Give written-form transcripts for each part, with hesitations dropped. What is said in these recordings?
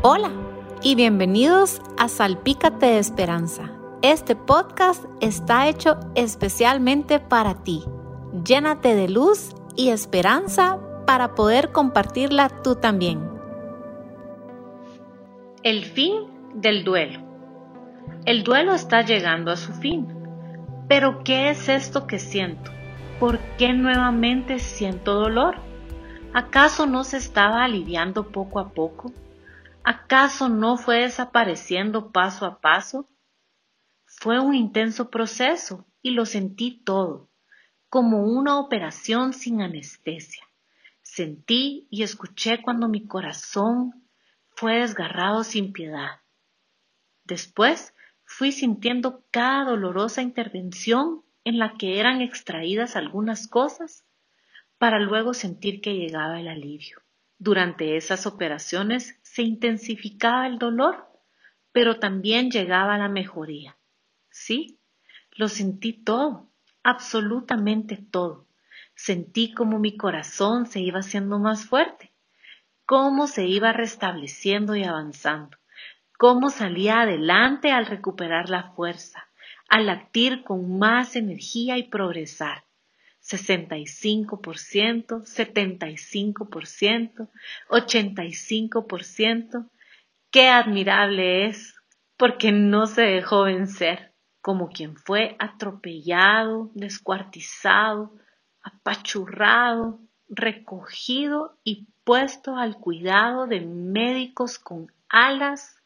Hola y bienvenidos a Salpícate de Esperanza. Este podcast está hecho especialmente para ti. Llénate de luz y esperanza para poder compartirla tú también. El fin del duelo. El duelo está llegando a su fin. ¿Pero qué es esto que siento? ¿Por qué nuevamente siento dolor? ¿Acaso no se estaba aliviando poco a poco? ¿Acaso no fue desapareciendo paso a paso? Fue un intenso proceso y lo sentí todo, como una operación sin anestesia. Sentí y escuché cuando mi corazón fue desgarrado sin piedad. Después fui sintiendo cada dolorosa intervención en la que eran extraídas algunas cosas para luego sentir que llegaba el alivio. Durante esas operaciones se intensificaba el dolor, pero también llegaba la mejoría. Sí, lo sentí todo, absolutamente todo. Sentí como mi corazón se iba haciendo más fuerte, cómo se iba restableciendo y avanzando, cómo salía adelante al recuperar la fuerza, al latir con más energía y progresar. 65%, 75%, 85%. ¡Qué admirable es! Porque no se dejó vencer, como quien fue atropellado, descuartizado, apachurrado, recogido y puesto al cuidado de médicos con alas,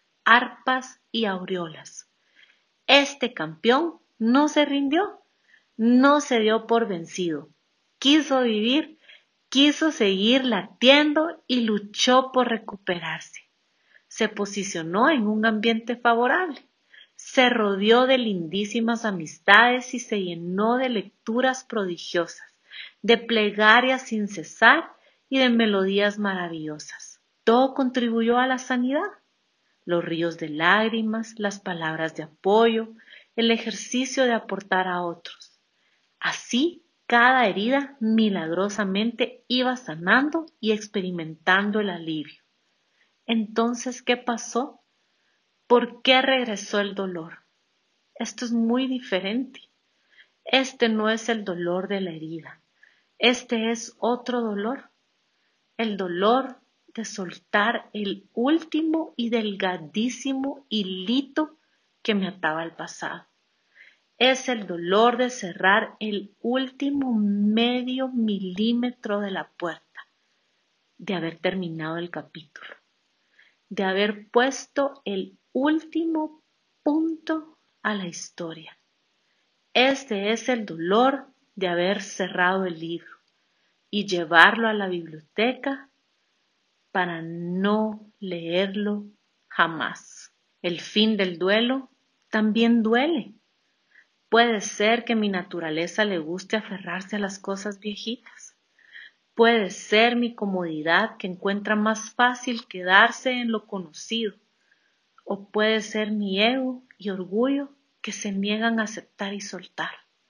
arpas y aureolas. Este campeón no se rindió. No se dio por vencido, quiso vivir, quiso seguir latiendo y luchó por recuperarse. Se posicionó en un ambiente favorable, se rodeó de lindísimas amistades y se llenó de lecturas prodigiosas, de plegarias sin cesar y de melodías maravillosas. Todo contribuyó a la sanidad. Los ríos de lágrimas, las palabras de apoyo, el ejercicio de aportar a otros. Así, cada herida milagrosamente iba sanando y experimentando el alivio. Entonces, ¿qué pasó? ¿Por qué regresó el dolor? Esto es muy diferente. Este no es el dolor de la herida. Este es otro dolor. El dolor de soltar el último y delgadísimo hilito que me ataba al pasado. Es el dolor de cerrar el último medio milímetro de la puerta, de haber terminado el capítulo, de haber puesto el último punto a la historia. Este es el dolor de haber cerrado el libro y llevarlo a la biblioteca para no leerlo jamás. El fin del duelo también duele. Puede ser que mi naturaleza le guste aferrarse a las cosas viejitas. Puede ser mi comodidad que encuentra más fácil quedarse en lo conocido. O puede ser mi ego y orgullo que se niegan a aceptar y soltar.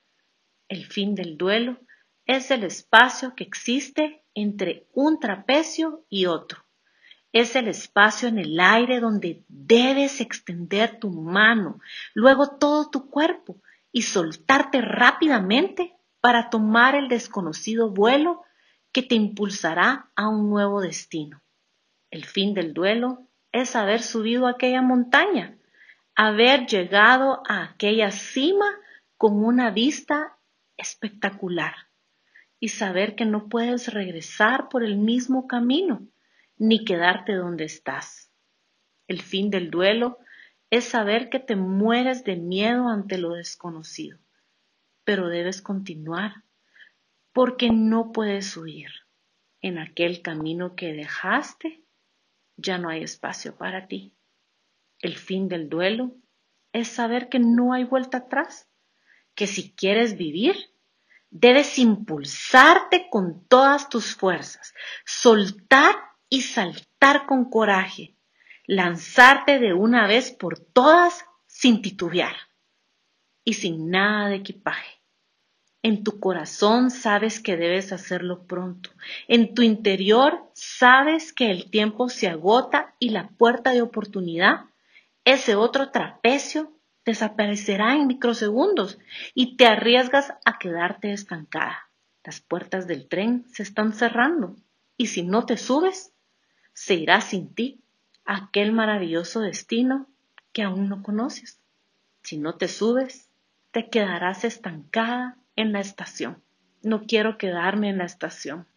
El fin del duelo es el espacio que existe entre un trapecio y otro. Es el espacio en el aire donde debes extender tu mano, luego todo tu cuerpo y soltarte rápidamente para tomar el desconocido vuelo que te impulsará a un nuevo destino. El fin del duelo es haber subido a aquella montaña, haber llegado a aquella cima con una vista espectacular y saber que no puedes regresar por el mismo camino ni quedarte donde estás. El fin del duelo es saber que te mueres de miedo ante lo desconocido, pero debes continuar, porque no puedes huir. En aquel camino que dejaste, ya no hay espacio para ti. El fin del duelo es saber que no hay vuelta atrás, que si quieres vivir, debes impulsarte con todas tus fuerzas, soltar y saltar con coraje, lanzarte de una vez por todas sin titubear y sin nada de equipaje. En tu corazón sabes que debes hacerlo pronto. En tu interior sabes que el tiempo se agota y la puerta de oportunidad, ese otro trapecio, desaparecerá en microsegundos y te arriesgas a quedarte estancada. Las puertas del tren se están cerrando y si no te subes, se irá sin ti aquel maravilloso destino que aún no conoces. Si no te subes, te quedarás estancada en la estación. No quiero quedarme en la estación.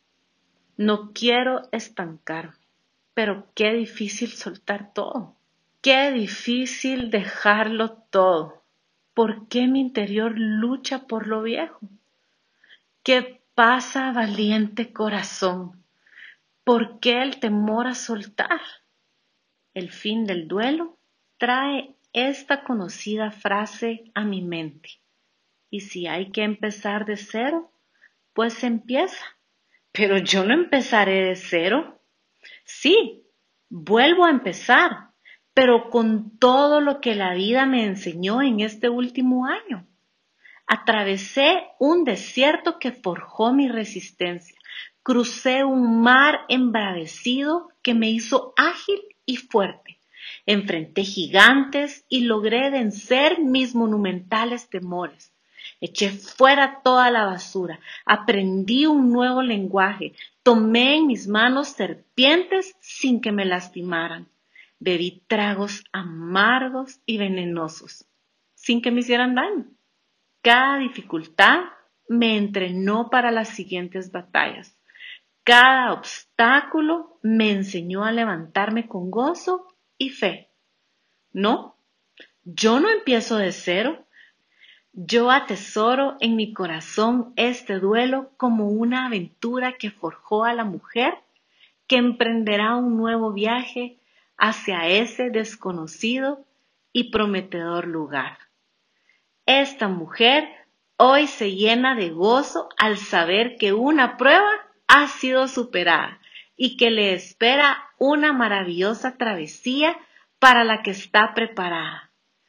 No quiero estancarme. Pero qué difícil soltar todo. Qué difícil dejarlo todo. ¿Por qué mi interior lucha por lo viejo? ¿Qué pasa, valiente corazón? ¿Por qué el temor a soltar? El fin del duelo trae esta conocida frase a mi mente. Y si hay que empezar de cero, pues empieza. Pero yo no empezaré de cero. Sí, vuelvo a empezar, pero con todo lo que la vida me enseñó en este último año. Atravesé un desierto que forjó mi resistencia. Crucé un mar embravecido que me hizo ágil y fuerte. Enfrenté gigantes y logré vencer mis monumentales temores. Eché fuera toda la basura, aprendí un nuevo lenguaje, tomé en mis manos serpientes sin que me lastimaran. Bebí tragos amargos y venenosos, sin que me hicieran daño. Cada dificultad me entrenó para las siguientes batallas. Cada obstáculo me enseñó a levantarme con gozo y fe. No, yo no empiezo de cero. Yo atesoro en mi corazón este duelo como una aventura que forjó a la mujer que emprenderá un nuevo viaje hacia ese desconocido y prometedor lugar. Esta mujer hoy se llena de gozo al saber que una prueba ha sido superada y que le espera una maravillosa travesía para la que está preparada.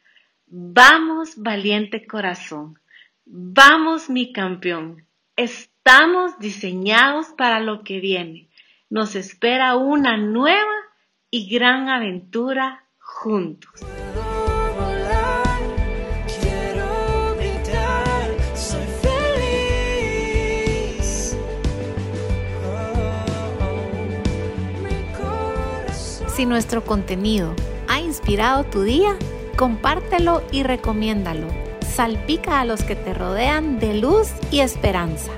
Vamos, valiente corazón, vamos, mi campeón, estamos diseñados para lo que viene. Nos espera una nueva y gran aventura juntos. Si nuestro contenido ha inspirado tu día, compártelo y recomiéndalo. Salpica a los que te rodean de luz y esperanza.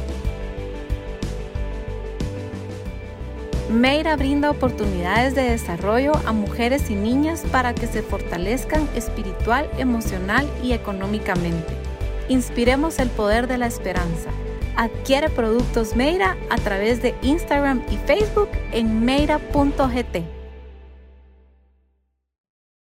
Meira brinda oportunidades de desarrollo a mujeres y niñas para que se fortalezcan espiritual, emocional y económicamente. Inspiremos el poder de la esperanza. Adquiere productos Meira a través de Instagram y Facebook en meira.gt.